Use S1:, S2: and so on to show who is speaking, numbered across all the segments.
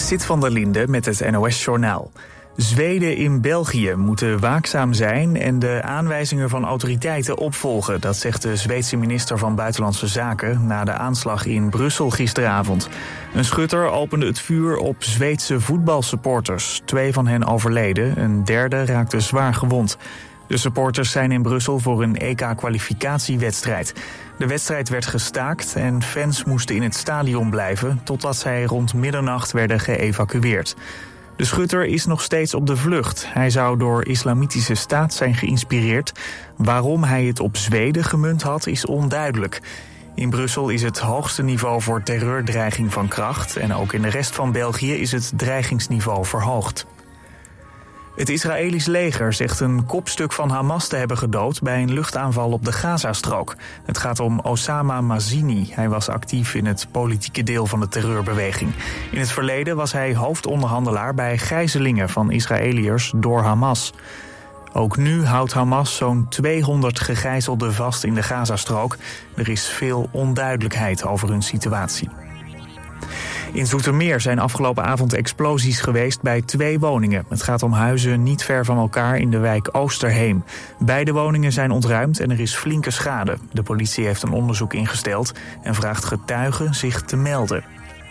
S1: Sit van der Linde met het NOS-journaal. Zweden in België moeten waakzaam zijn en de aanwijzingen van autoriteiten opvolgen. Dat zegt de Zweedse minister van Buitenlandse Zaken na de aanslag in Brussel gisteravond. Een schutter opende het vuur op Zweedse voetbalsupporters. 2 van hen overleden, een derde raakte zwaar gewond. De supporters zijn in Brussel voor een EK-kwalificatiewedstrijd. De wedstrijd werd gestaakt en fans moesten in het stadion blijven totdat zij rond middernacht werden geëvacueerd. De schutter is nog steeds op de vlucht. Hij zou door Islamitische Staat zijn geïnspireerd. Waarom hij het op Zweden gemunt had, is onduidelijk. In Brussel is het hoogste niveau voor terreurdreiging van kracht en ook in de rest van België is het dreigingsniveau verhoogd. Het Israëlisch leger zegt een kopstuk van Hamas te hebben gedood bij een luchtaanval op de Gazastrook. Het gaat om Osama Mazini. Hij was actief in het politieke deel van de terreurbeweging. In het verleden was hij hoofdonderhandelaar bij gijzelingen van Israëliërs door Hamas. Ook nu houdt Hamas zo'n 200 gegijzelden vast in de Gazastrook. Er is veel onduidelijkheid over hun situatie. In Zoetermeer zijn afgelopen avond explosies geweest bij 2 woningen. Het gaat om huizen niet ver van elkaar in de wijk Oosterheem. Beide woningen zijn ontruimd en er is flinke schade. De politie heeft een onderzoek ingesteld en vraagt getuigen zich te melden.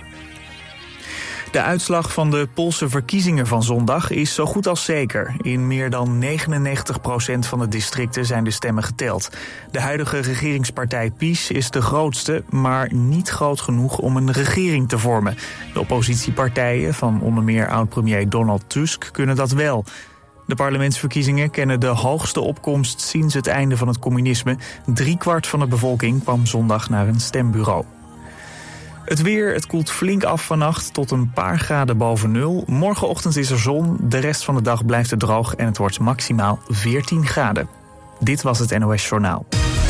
S1: De uitslag van de Poolse verkiezingen van zondag is zo goed als zeker. In meer dan 99% van de districten zijn de stemmen geteld. De huidige regeringspartij PiS is de grootste, maar niet groot genoeg om een regering te vormen. De oppositiepartijen van onder meer oud-premier Donald Tusk kunnen dat wel. De parlementsverkiezingen kennen de hoogste opkomst sinds het einde van het communisme. 3/4 van de bevolking kwam zondag naar een stembureau. Het weer, het koelt flink af vannacht tot een paar graden boven nul. Morgenochtend is er zon, de rest van de dag blijft het droog en het wordt maximaal 14 graden. Dit was het NOS Journaal.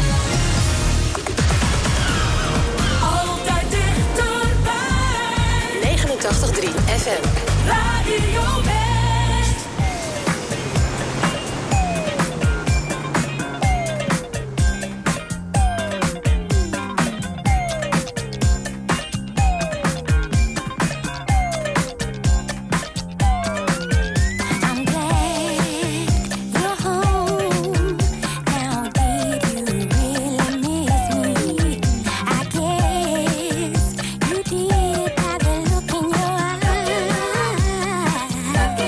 S2: Altijd dichterbij.
S3: 89.3 FM.
S2: Radio West.
S3: I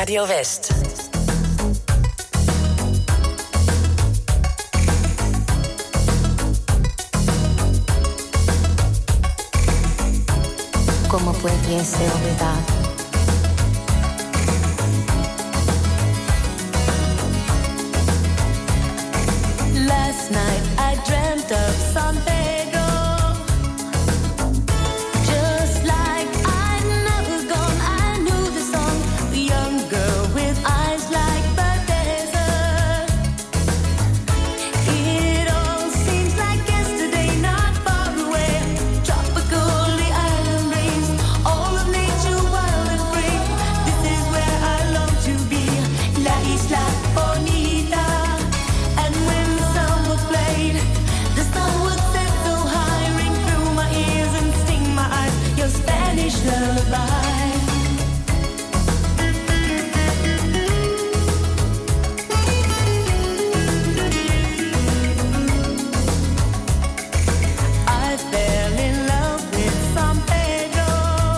S3: Radio West.
S4: ¿Cómo pudiese olvidar?
S2: Last night I dreamt of San Pedro, just like I'd never gone. I knew the song, the young girl with eyes like the desert. It all seems like yesterday, not far away. Tropical, the island breeze, all of nature wild and free. This is where I long to be, La Isla Bonita. And when the sun was played, the sun would set so high, ring through my ears and sting my eyes, your Spanish lullaby. I fell in love with San Pedro.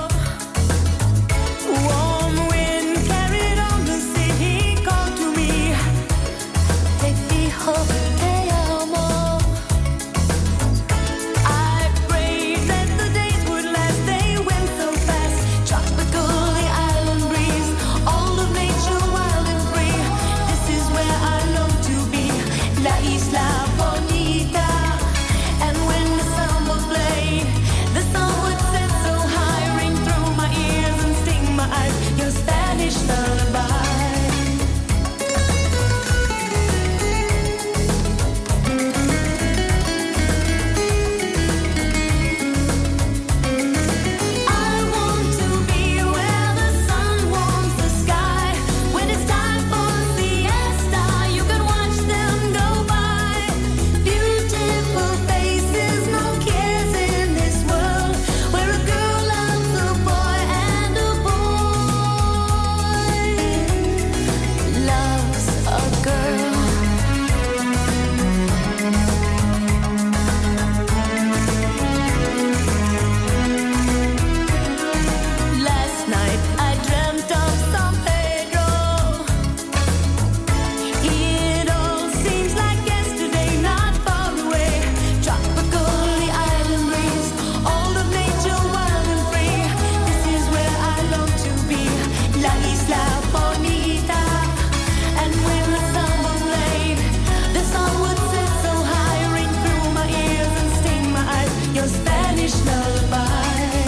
S2: Warm wind carried on the sea, he called to me, te dijo te amo. I prayed that the days would last, they went so fast. Tropical, the island breeze, all of nature wild and free. This is where I long to be, La Isla Bonita. And when the sun was played, the sun would set so high, ring through my ears and sting my eyes, your Spanish lullaby. I want to be where the sun warms the sky. When it's time for siesta, you can watch them go by. Beautiful faces, no cares in this world, where a girl loves a boy and a boy loves a girl. Last night I dreamt of San Pedro. It all seems like yesterday, not far away. Tropical, the island breeze, all of nature wild and free. This is where I long to be, La Isla Bonita. And when the sun was played, the sun would set so high, ring through my ears and sting my eyes, your Spanish lullaby.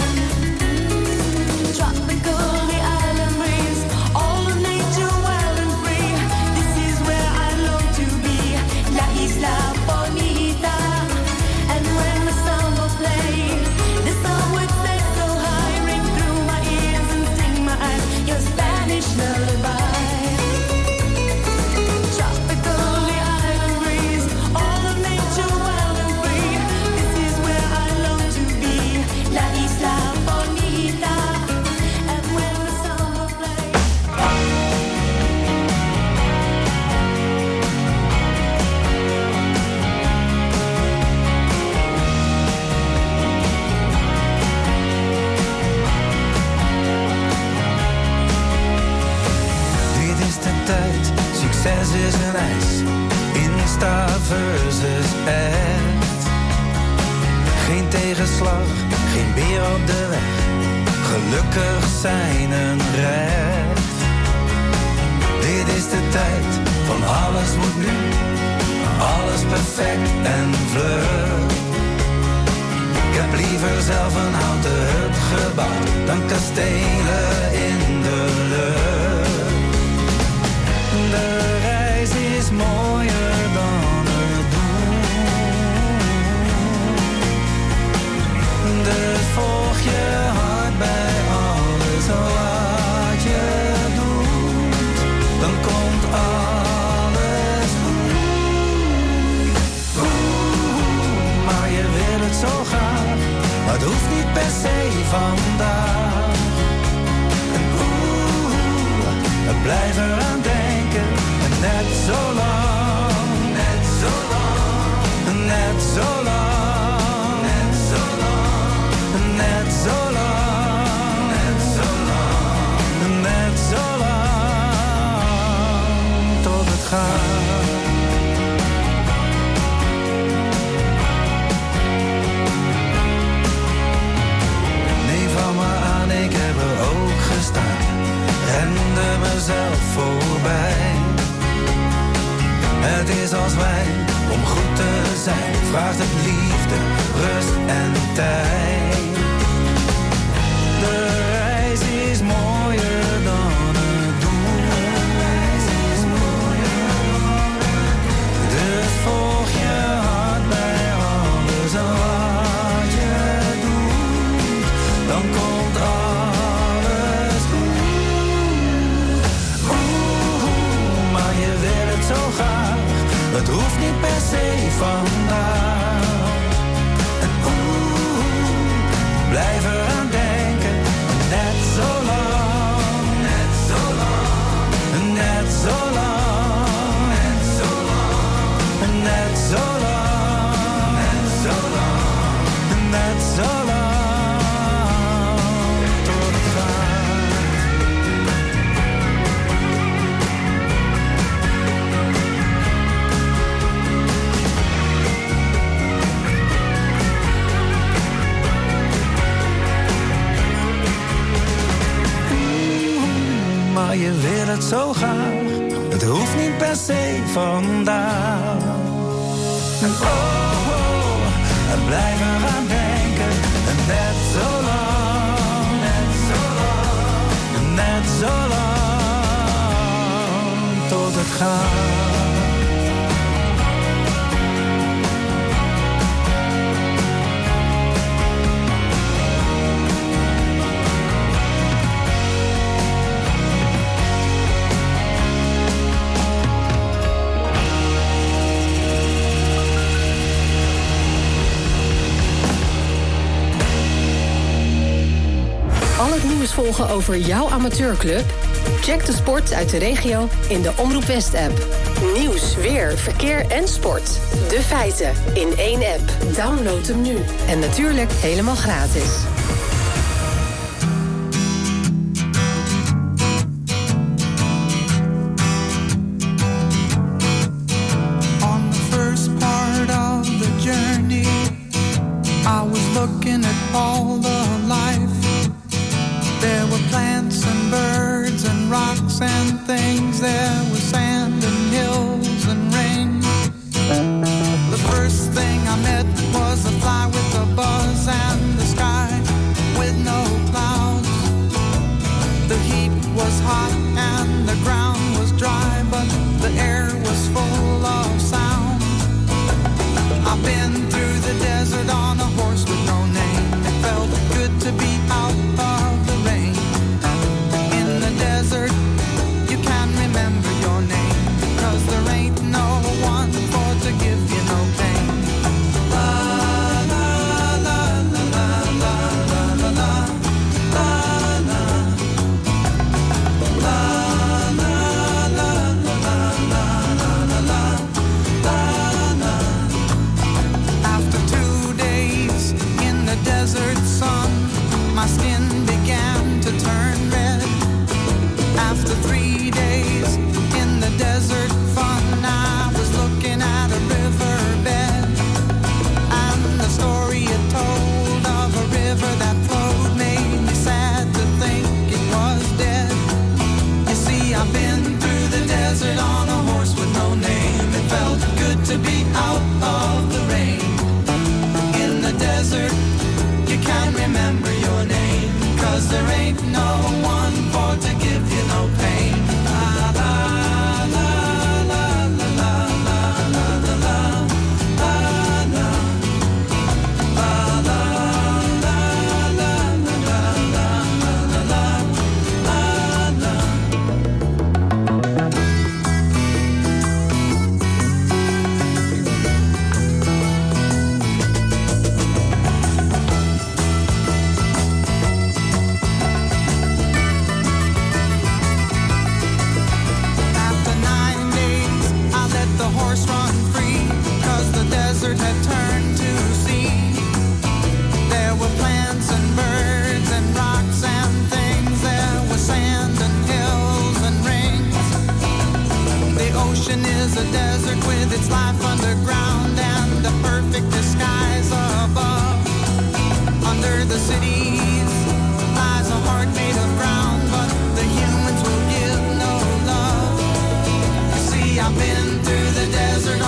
S2: Tropical, the island breeze, all of nature wild and free. This is where I long to be, La Isla Bonita. And when the sun was played, the sun would set so high, ring through my ears and sting my eyes, your Spanish lullaby. Tropical, the island breeze, all of nature wild and free. This is where I long to be, La Isla Bonita. And when the sun will play.
S5: Dit is de tijd, succes is een eis. Insta versus echt. Geen tegenslag, geen beer op de weg. Gelukkig zijn een recht. Dit is de tijd, van alles moet nu. Alles perfect en vlug. Ik heb liever zelf een houten hut gebouwd dan kastelen in de lucht. De reis is mooier dan het doel. Dus volg je hart bij alles wat je doet. Dan komt alles goed. Maar je wil het zo graag, maar het hoeft niet per se vandaag. En blijf eraan denken, en net zo lang, net zo lang, net zo lang, net zo lang, net zo lang, net zo lang, net zo lang. is als wijn. Om goed te zijn vraagt het liefde, rust en tijd. De reis is mooier dan het doel. Dus volg je hart bij alles wat je doet. Dan komt alles goed. Maar je wil het zo graag. Het hoeft niet per se vandaag. En blijf eraan denken. Net zo lang, net zo lang, net zo lang, net zo lang, net zo lang, net zo lang, net zo lang, tot het gaat. Maar je wil het zo graag. Het hoeft niet per se vandaag. En blijf eraan denken. En net zo lang, net zo lang, net zo lang, tot het gaat.
S3: Al het nieuws volgen over jouw amateurclub? Check de sport uit de regio in de Omroep West-app. Nieuws, weer, verkeer en sport. De feiten in één app. Download hem nu. En natuurlijk helemaal gratis.
S6: On the first part of the journey, I was looking at all the life. There were plants and birds and rocks and things. There was sand and hills and rain. The first thing I met was a fly with a buzz and the sky with no clouds. The heat was hot and the ground was dry, but the air was full of sound. I've been through the desert on a horse with no name. It felt good to be out of the rain. In the desert, you can remember your name, 'cause there ain't no one for to give you no pain. La la la la la la la la la la la la la la la la la. After 2 days in the desert sun, my skin began to turn red. After 3 days in the desert fun, I was looking at a riverbed. And the story it told of a river that flowed made me sad to think it was dead. You see, I've been through the desert on a horse with no name. It felt good to be out of the rain. In the desert, you can remember your name, 'cause there ain't no one for to give you no pain. La la la la la la la la la la la la la la la la la la. After 9 days, I let the horse run free, 'cause the desert had turned to sea. There were plants and birds and rocks and things. There was sand and hills and rings. The ocean is a desert with its life underground and the perfect disguise above. Under the cities lies a heart made of ground, but the humans will give no love. You see, I've been through the desert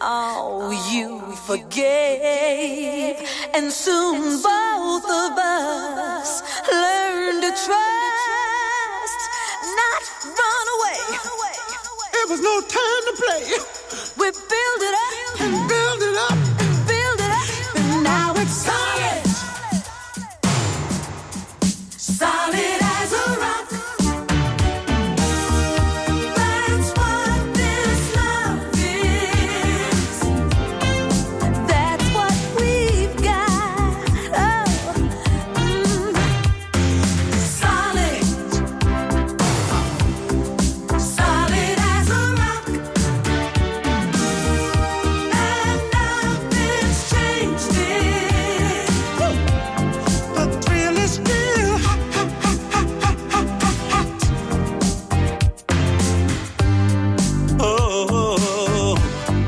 S2: Oh, you forgave, and soon both of us learned to trust, not run away.
S6: It was no time to play.
S2: We build it up and
S6: Build it up.
S2: build it up, and now it's solid. Solid as a rock. That's what this love is. That's what we've got. Oh, solid. Solid as a rock. And nothing's changed it.
S6: The thrill is still hot.
S5: Oh,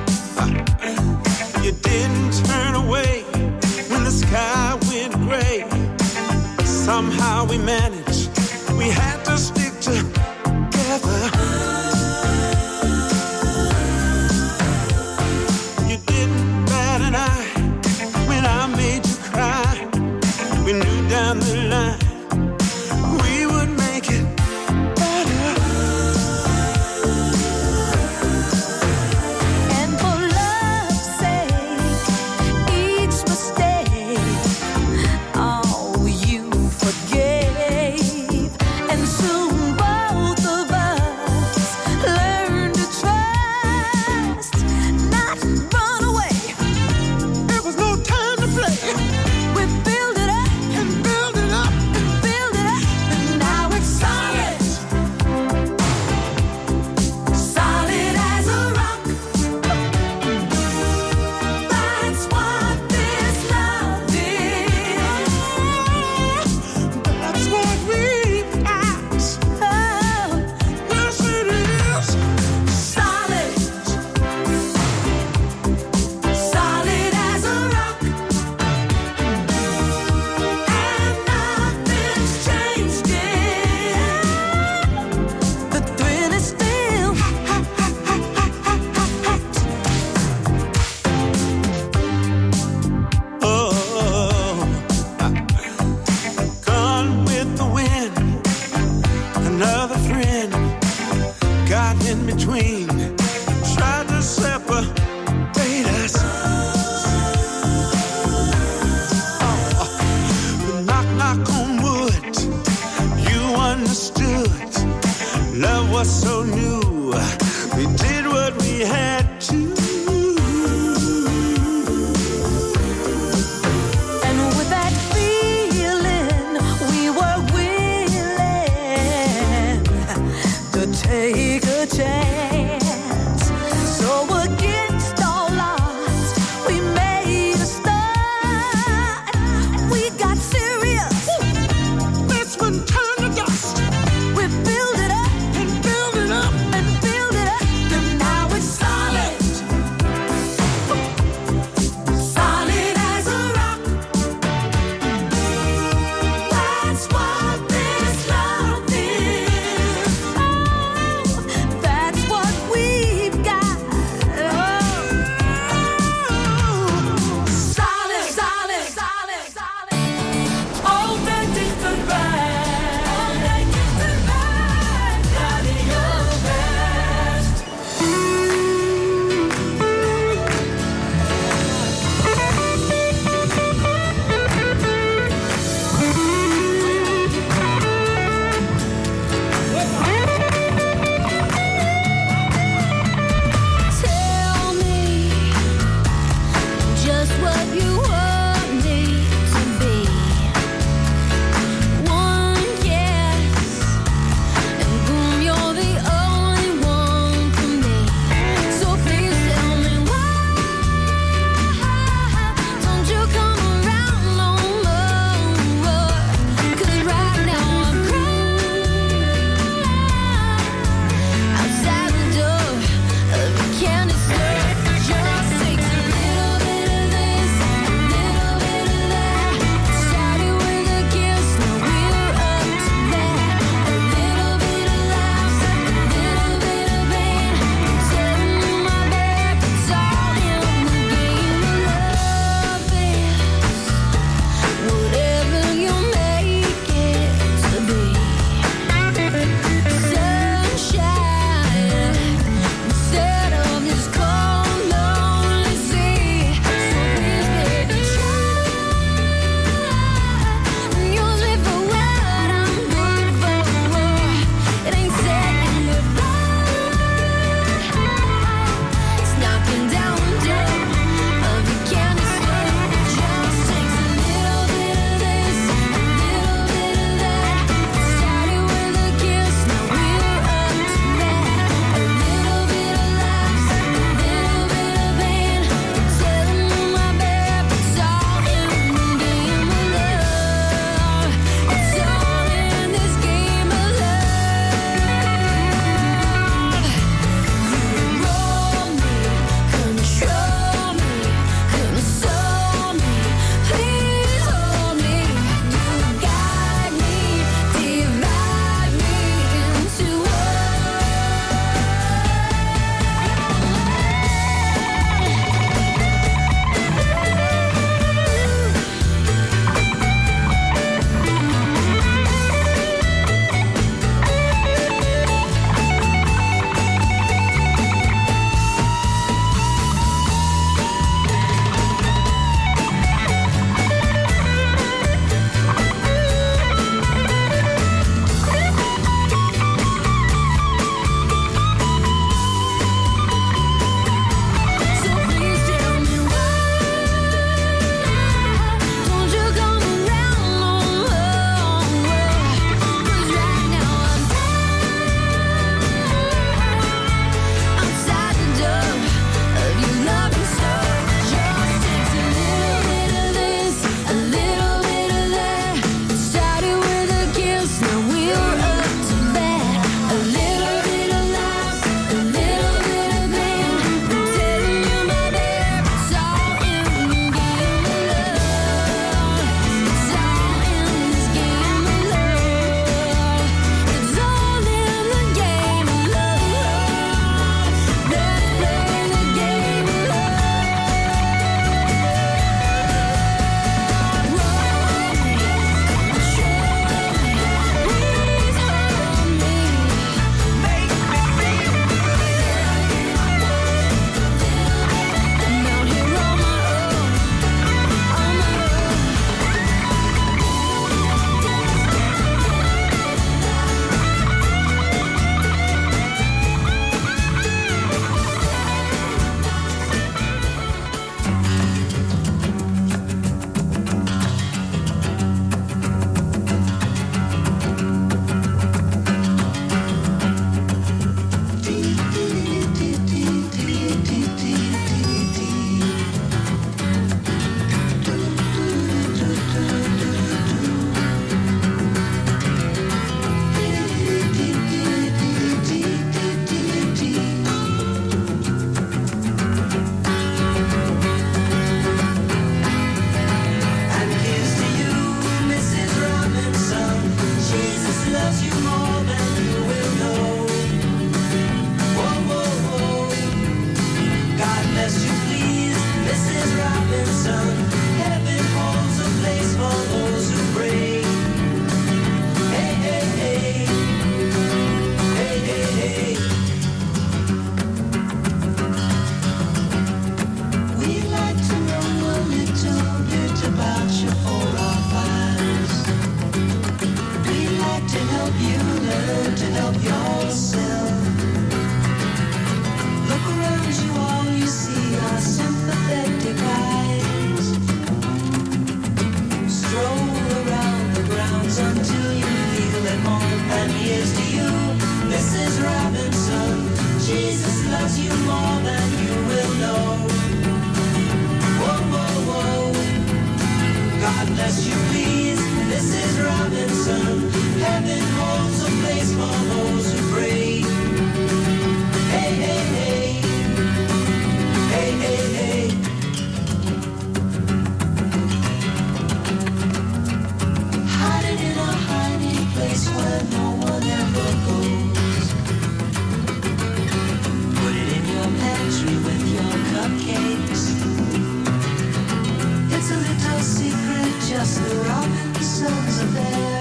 S5: you didn't turn away when the sky went gray. Somehow we managed. We had to stick together. You didn't bat an eye when I made you cry. We knew down the line we would make it better.
S2: And for love's sake, each mistake, oh, you forgave, and soon both of us learned to trust, not run away.
S6: It was no time to play.
S2: We build it up
S6: And build it up.
S2: and build it up, and now it's solid. Solid as a rock. That's what this love is.
S6: That's what we've got.
S2: Oh,
S6: Yes, it is.
S2: solid. Solid as a rock. And nothing's changed it. The thrill is still
S5: Oh, gone with the wind. Another friend got in between, tried to separate us. But knock, knock on wood, you understood. Love was so new, we did what we had to.
S2: And with that feeling, we were willing to take a chance. So against all odds, we made a start. We got serious.
S6: Let's return to dust.
S2: We build it up
S6: And build it up.
S7: loves you more than you will know. Whoa, whoa, whoa. God bless you, please. This is Robinson. Heaven holds a place for those who pray. Hey, hey, hey. Hey, hey, hey. Hiding in a hiding place where no one ever goes. Put it in your pantry with your cupcakes. It's a little secret, just the Robinsons are there.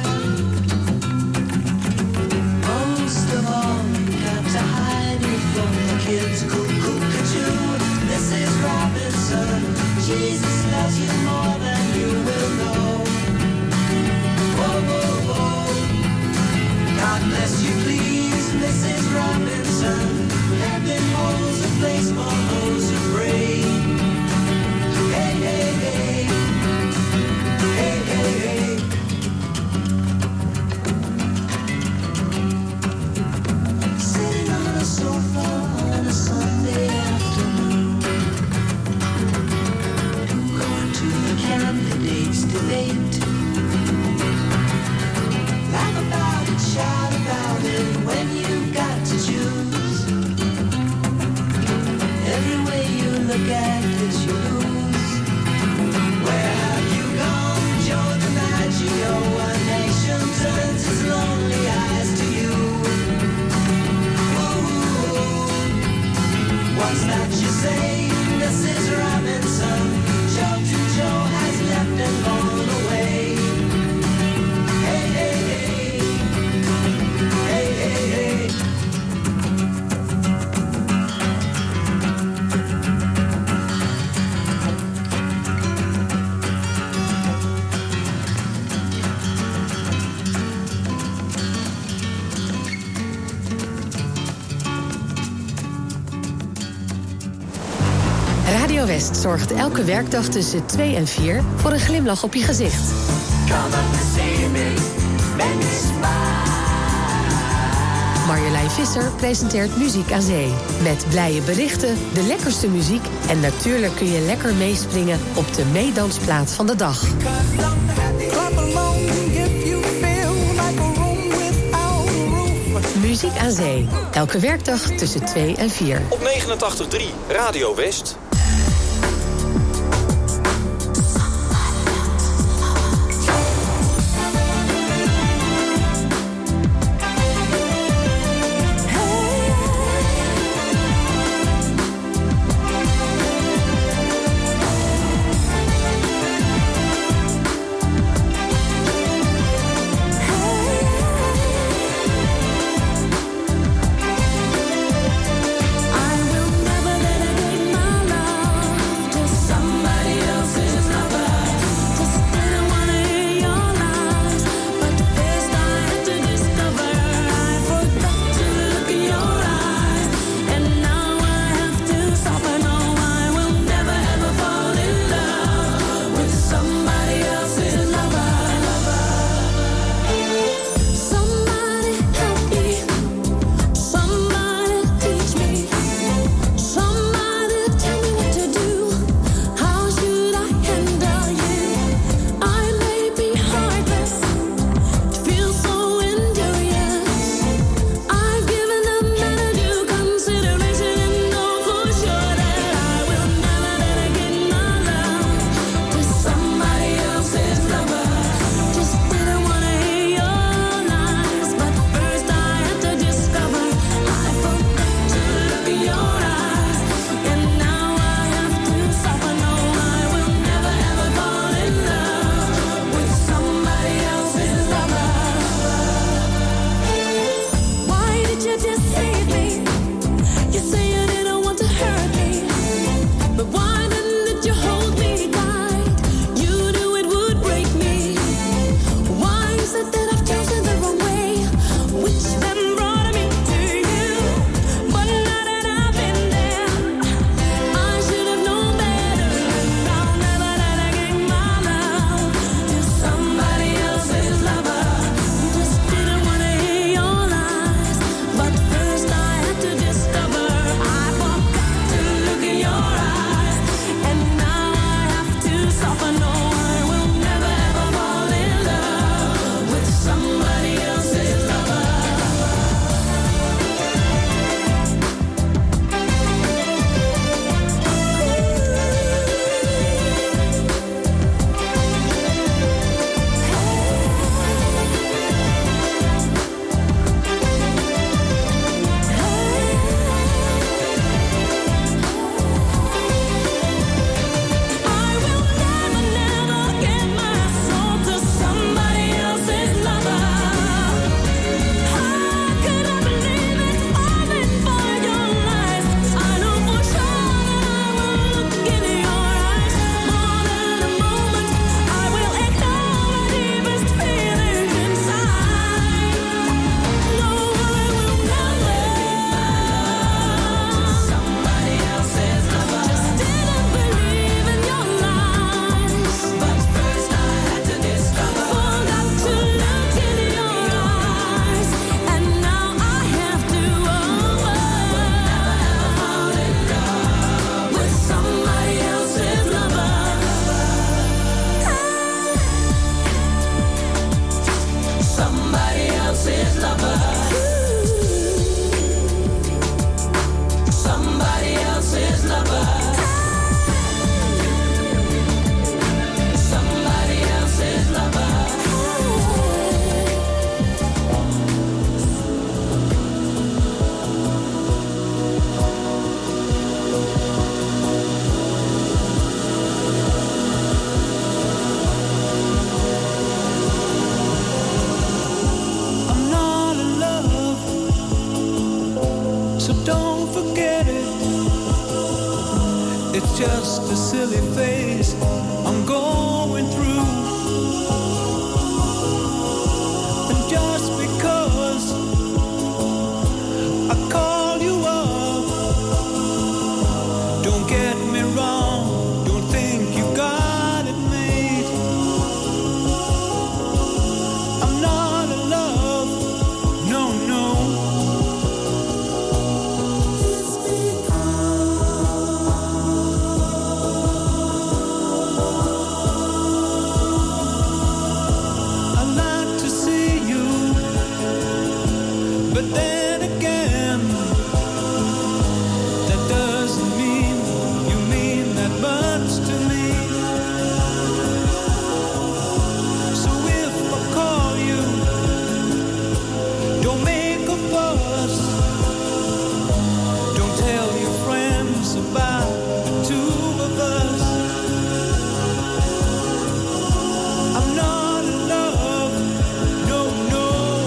S7: Most of all, you got to hide it from the kids. Cuckoo-cuckoo, this is Robinson. Jesus loves you more than you will know. Whoa, whoa, whoa. God bless you, please. This is Robinson. Heaven holds a place for those who pray. Hey, hey, hey. Hey, hey, hey. Sitting on a sofa on a Sunday afternoon, going to the candidates' debate. Laugh about it, shout about it when you've got to choose. Every way you look at it, you lose. Where have you gone, Joe DiMaggio? A nation turns its lonely eyes to you. Ooh, what's that you say? This is Robinson. Joe to Joe has left and gone away. Hey, hey, hey. Hey, hey, hey.
S3: Radio West zorgt elke werkdag tussen 2 en 4 voor een glimlach op je gezicht.
S7: Come up to see me, make me smile.
S3: Marjolein Visser presenteert Muziek aan Zee. Met blije berichten, de lekkerste muziek en natuurlijk kun je lekker meespringen op de meedansplaat van de dag. Muziek aan Zee. Elke werkdag tussen 2 en 4.
S8: Op 89.3 Radio West.
S2: I will never dedicate my life
S6: just a silly phase I'm going through. And just because I call you up, don't get me wrong, don't think you got it made. I'm not in love, no, no. I'd like to see you, but then again, that doesn't mean you mean that much to me. So if I call you, don't make a fuss. Don't tell your friends about the two of us. I'm not in love, no, no.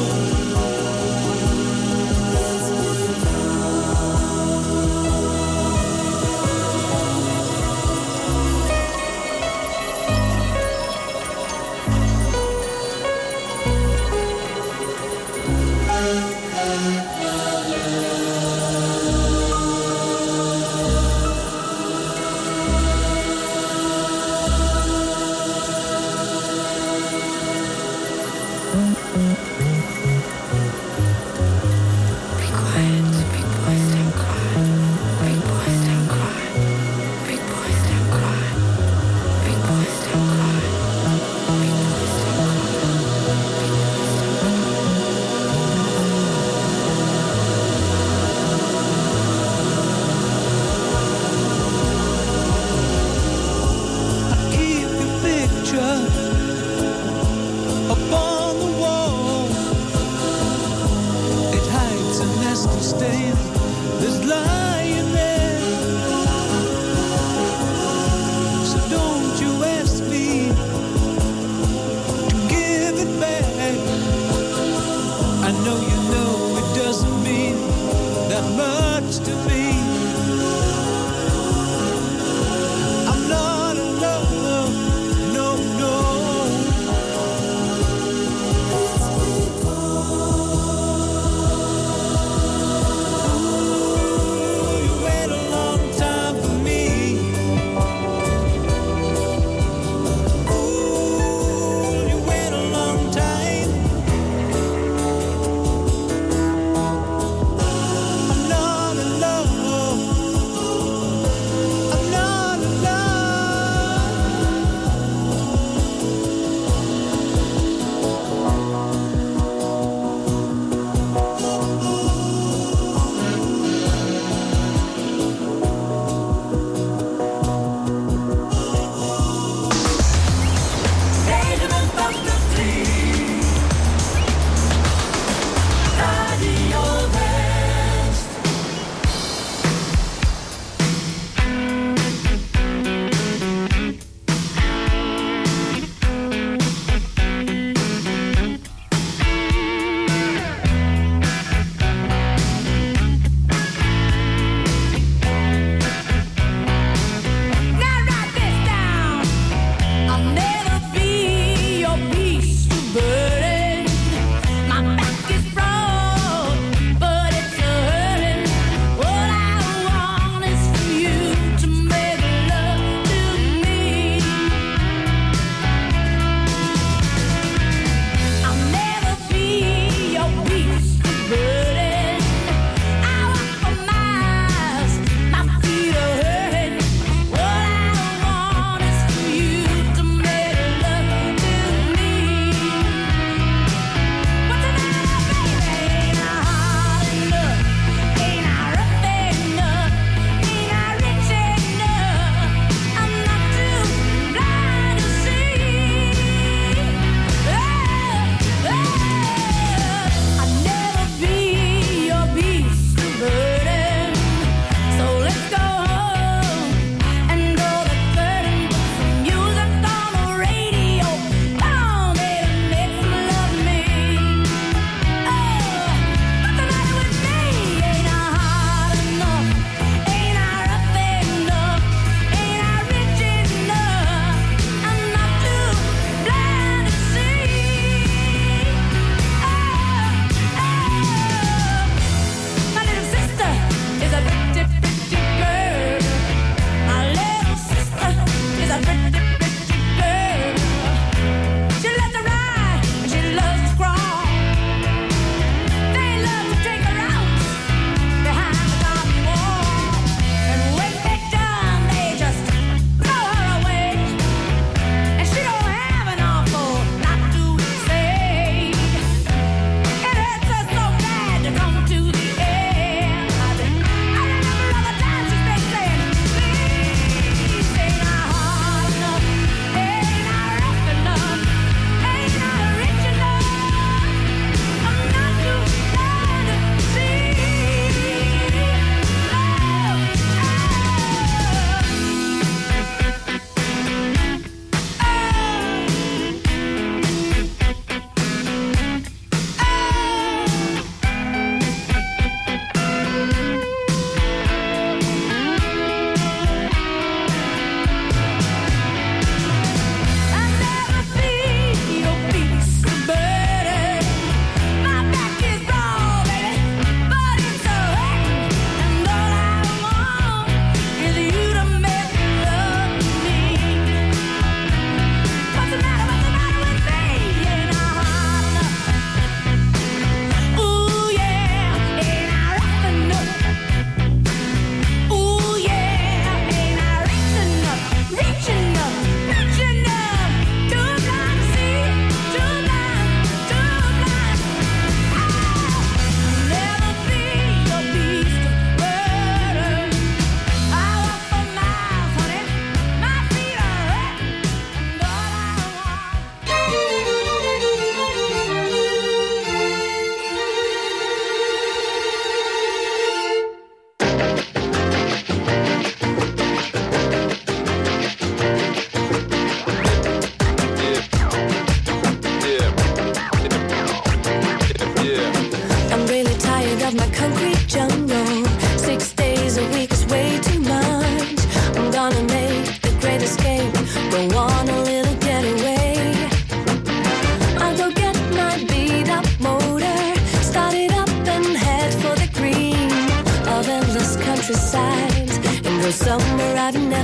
S3: Be quiet, big boys don't cry. Big boys don't cry. Big boys don't cry. Big boys don't cry. Big boys
S6: I keep your picture up on the wall.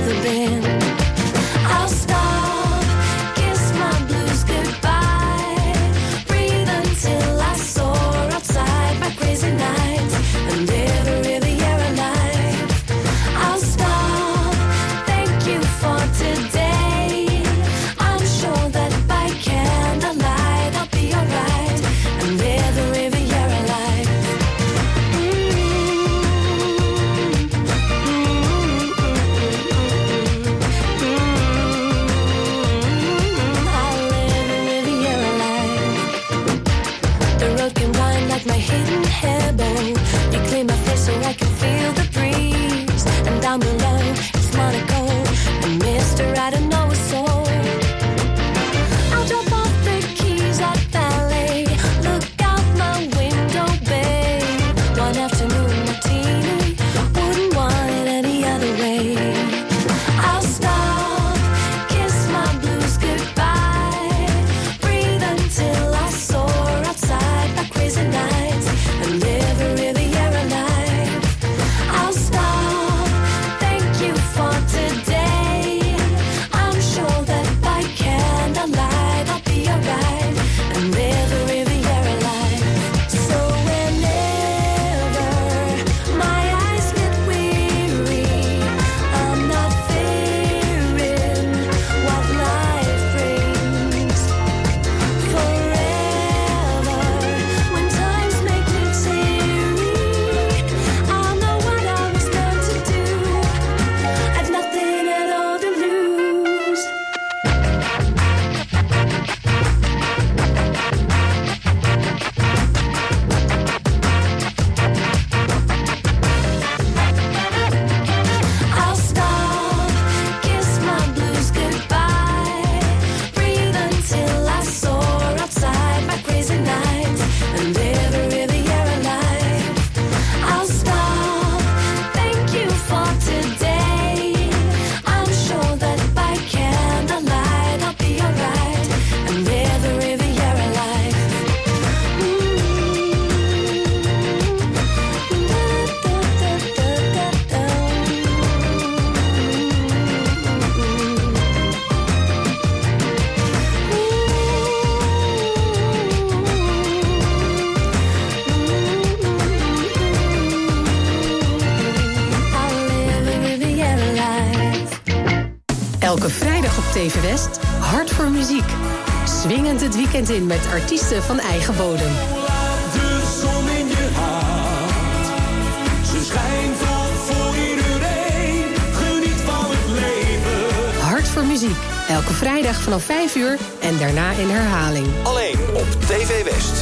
S2: never been. I'll stop, kiss my blues goodbye, breathe until I soar outside my crazy nights and live a Riviera life. I'll stop, thank you for today. I'm sure that by candlelight I'll be alright and live a Riviera life. I'll live a Riviera life. The road can wind like my hidden hair bow. You clean my face so I can feel the breeze. And down below, it's Monaco. And Mr. I don't know a soul. I'll drop off the keys at ballet. Look out my window, babe. One afternoon martini. Wouldn't want it any other way. I'll stop, kiss my blues goodbye, breathe until I soar outside my crazy nights and live a Riviera life. I'll stop, thank you for today. I'm sure that by candlelight I'll be alright and live a Riviera life. So whenever my eyes get weary, I'm not fearing what life brings. Forever, when times make me teary, I'll know what I was meant to do. I've nothing at all to lose. I'll stop, kiss my blues goodbye, breathe until I soar outside my crazy nights and live a Riviera life. I'll stop, thank you for today. I'm sure that by candlelight I'll be alright and live a Riviera life. I'll live a Riviera life.
S3: Elke vrijdag op TV West, Hart voor muziek. Swingend het weekend in met artiesten van eigen bodem.
S9: Laat de zon in je hart. Ze schijnt op voor iedereen. Geniet van het leven.
S3: Hart voor muziek. Elke vrijdag vanaf 5 uur en daarna in herhaling.
S8: Alleen op TV West.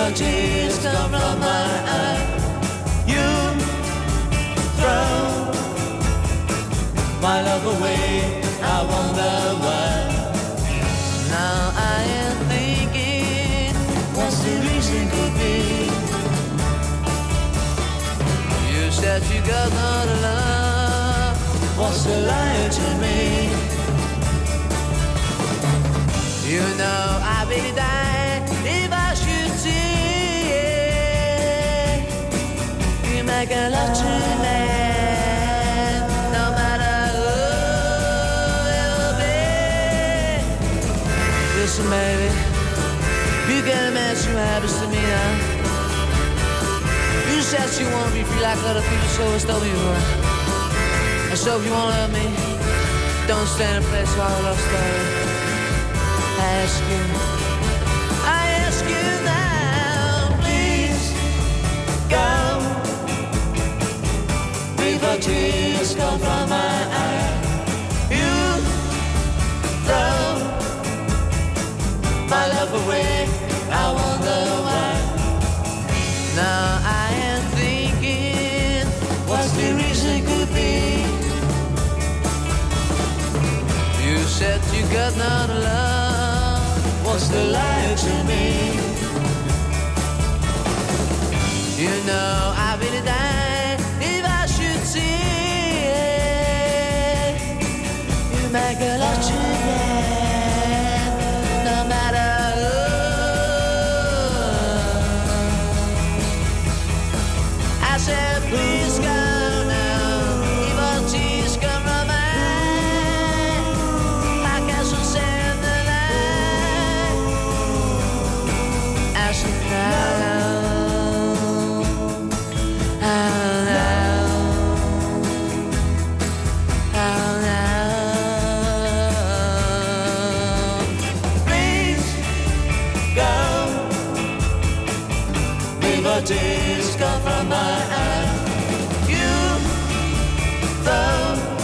S7: before tears come from my eyes. You throw my love away, I wonder why. Now I am thinking, what's the reason could be? You said you got not love, what's the lie to me? You know I really die if I should see it. You make a love to me, no matter who it'll be. Listen, baby, you can't imagine what happens to me now. You said you want to be free like other people, so it's told you were. And so if you want to love me, don't stand in place while I love story. I ask you now, please go before tears come from my eyes. You throw my love away, I wonder why. Now I am thinking, what's the reason could be? You said you got not love, what's the lie to me? You know I really die if I should see it. You make a lot to me, no matter who. I said please go now, evil tears come from my eyes. I guess I'll send the light. I said now, please go before tears come from my eyes. You throw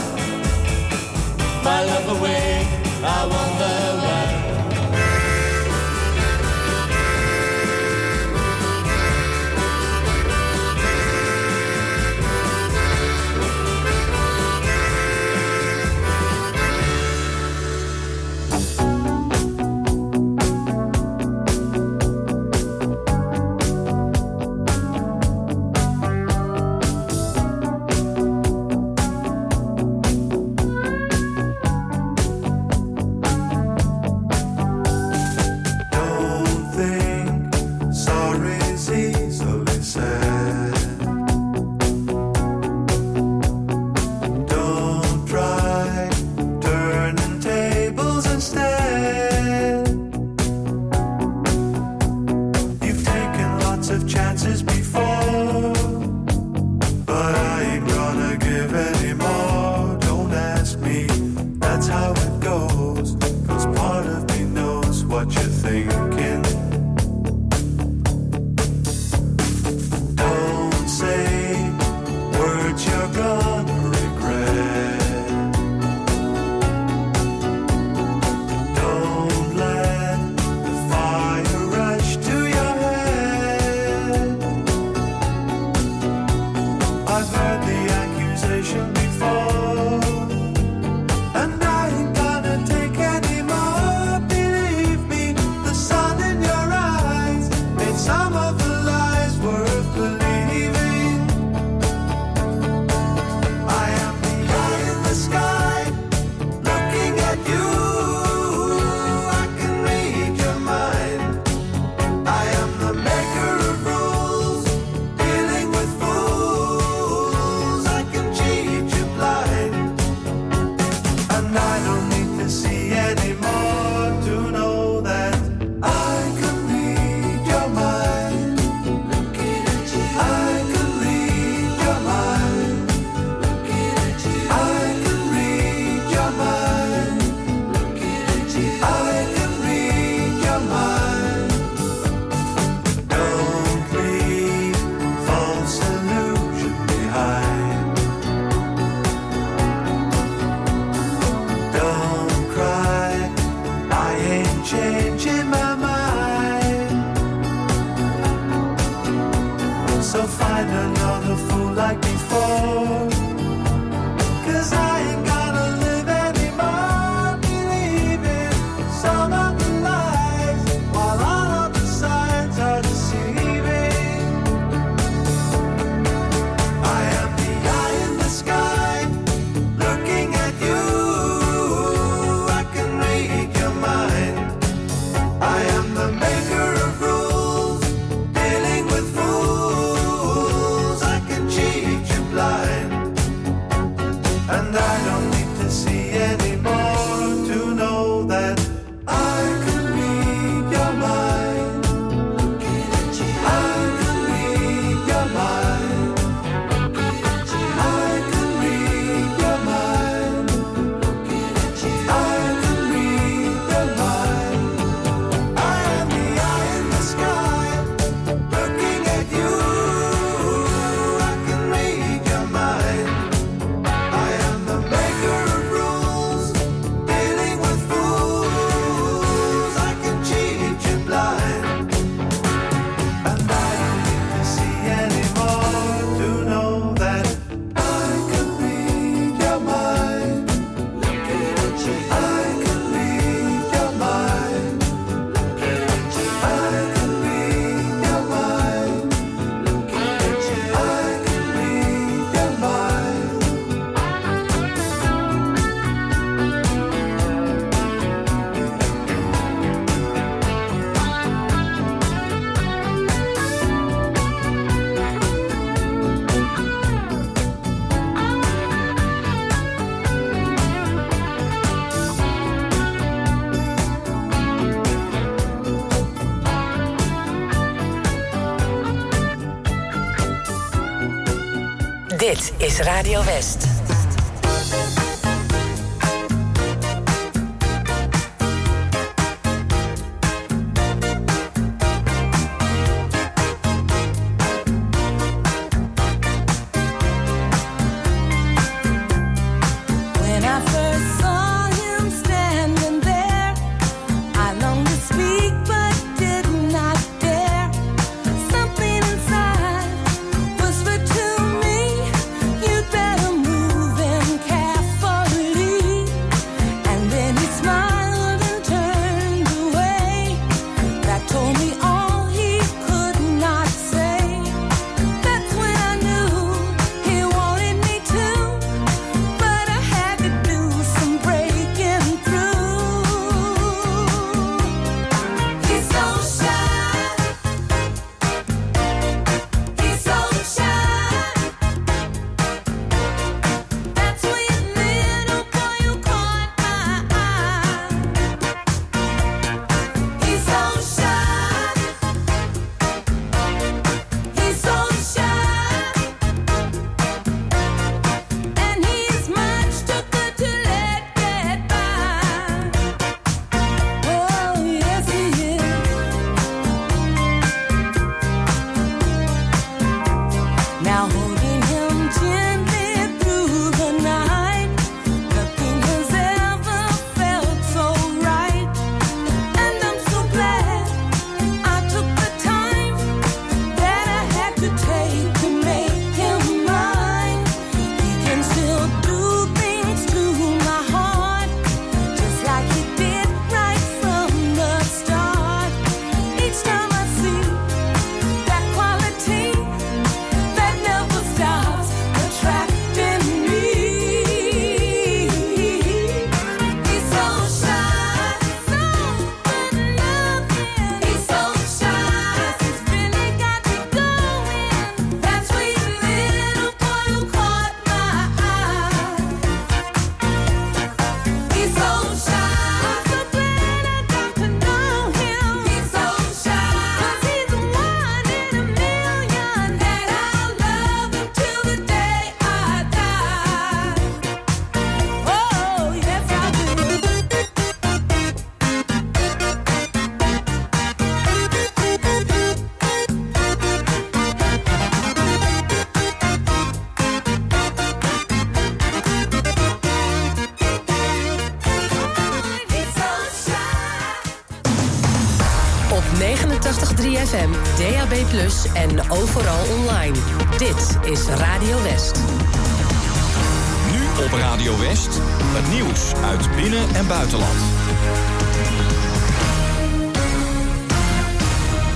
S7: my love away, I wonder why.
S3: Dit is Radio West. FM, DAB+ en overal online. Dit is Radio West.
S8: Nu op Radio West, het nieuws uit binnen- en buitenland.